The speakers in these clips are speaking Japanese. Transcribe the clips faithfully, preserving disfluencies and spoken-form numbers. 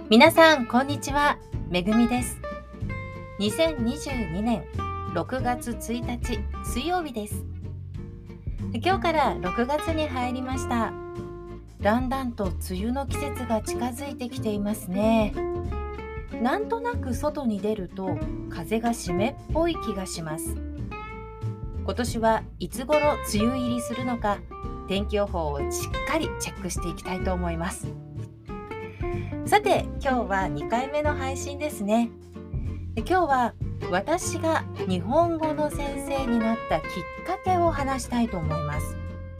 皆さんこんにちは、めぐみです。にせんにじゅうにねんろくがつついたち水曜日です。今日からろくがつに入りました。だんだんと梅雨の季節が近づいてきていますね。なんとなく外に出ると風が湿っぽい気がします。今年はいつ頃梅雨入りするのか、天気予報をしっかりチェックしていきたいと思います。さて、今日はにかいめの配信ですね。で今日は私が日本語の先生になったきっかけを話したいと思います。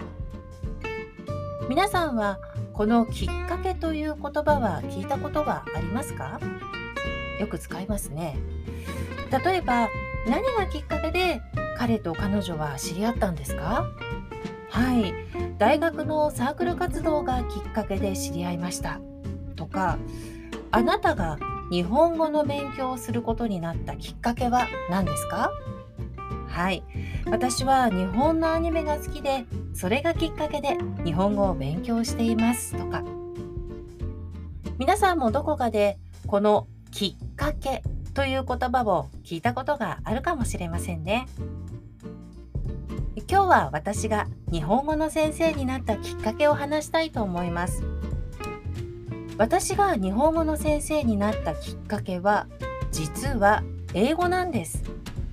皆さんはこのきっかけという言葉は聞いたことがありますか？よく使いますね。例えば、何がきっかけで彼と彼女は知り合ったんですか？はい、大学のサークル活動がきっかけで知り合いましたとか、あなたが日本語の勉強をすることになったきっかけは何ですか？はい、私は日本のアニメが好きで、それがきっかけで日本語を勉強していますとか。皆さんもどこかでこのきっかけという言葉を聞いたことがあるかもしれませんね。今日は私が日本語の先生になったきっかけを話したいと思います。私が日本語の先生になったきっかけは、実は英語なんです。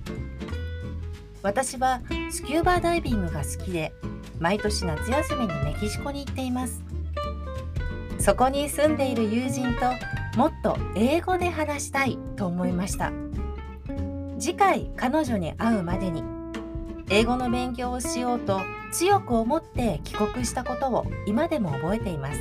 私はスキューバダイビングが好きで、毎年夏休みにメキシコに行っています。そこに住んでいる友人ともっと英語で話したいと思いました。次回彼女に会うまでに英語の勉強をしようと強く思って帰国したことを今でも覚えています。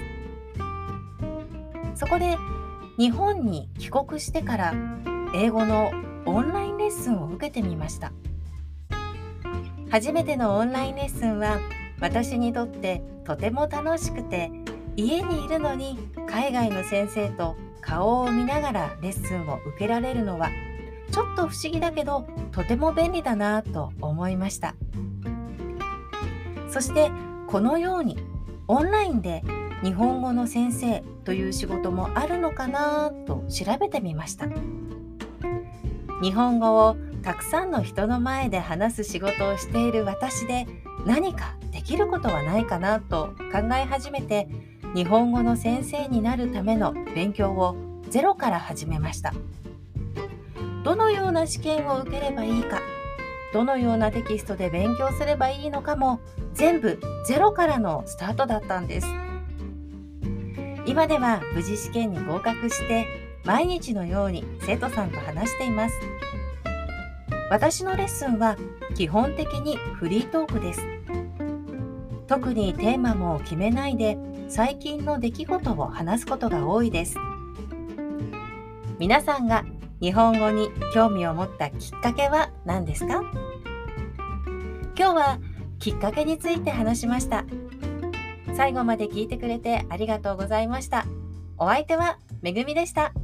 そこで日本に帰国してから英語のオンラインレッスンを受けてみました。初めてのオンラインレッスンは私にとってとても楽しくて、家にいるのに海外の先生と顔を見ながらレッスンを受けられるのはちょっと不思議だけどとても便利だなと思いました。そしてこのようにオンラインで日本語の先生という仕事もあるのかなと調べてみました。日本語をたくさんの人の前で話す仕事をしている私で何かできることはないかなと考え始めて、日本語の先生になるための勉強をゼロから始めました。どのような試験を受ければいいか、どのようなテキストで勉強すればいいのかも全部ゼロからのスタートだったんです。今では無事試験に合格して毎日のように生徒さんと話しています。私のレッスンは基本的にフリートークです。特にテーマも決めないで最近の出来事を話すことが多いです。皆さんが日本語に興味を持ったきっかけは何ですか？今日はきっかけについて話しました。最後まで聞いてくれてありがとうございました。お相手はめぐみでした。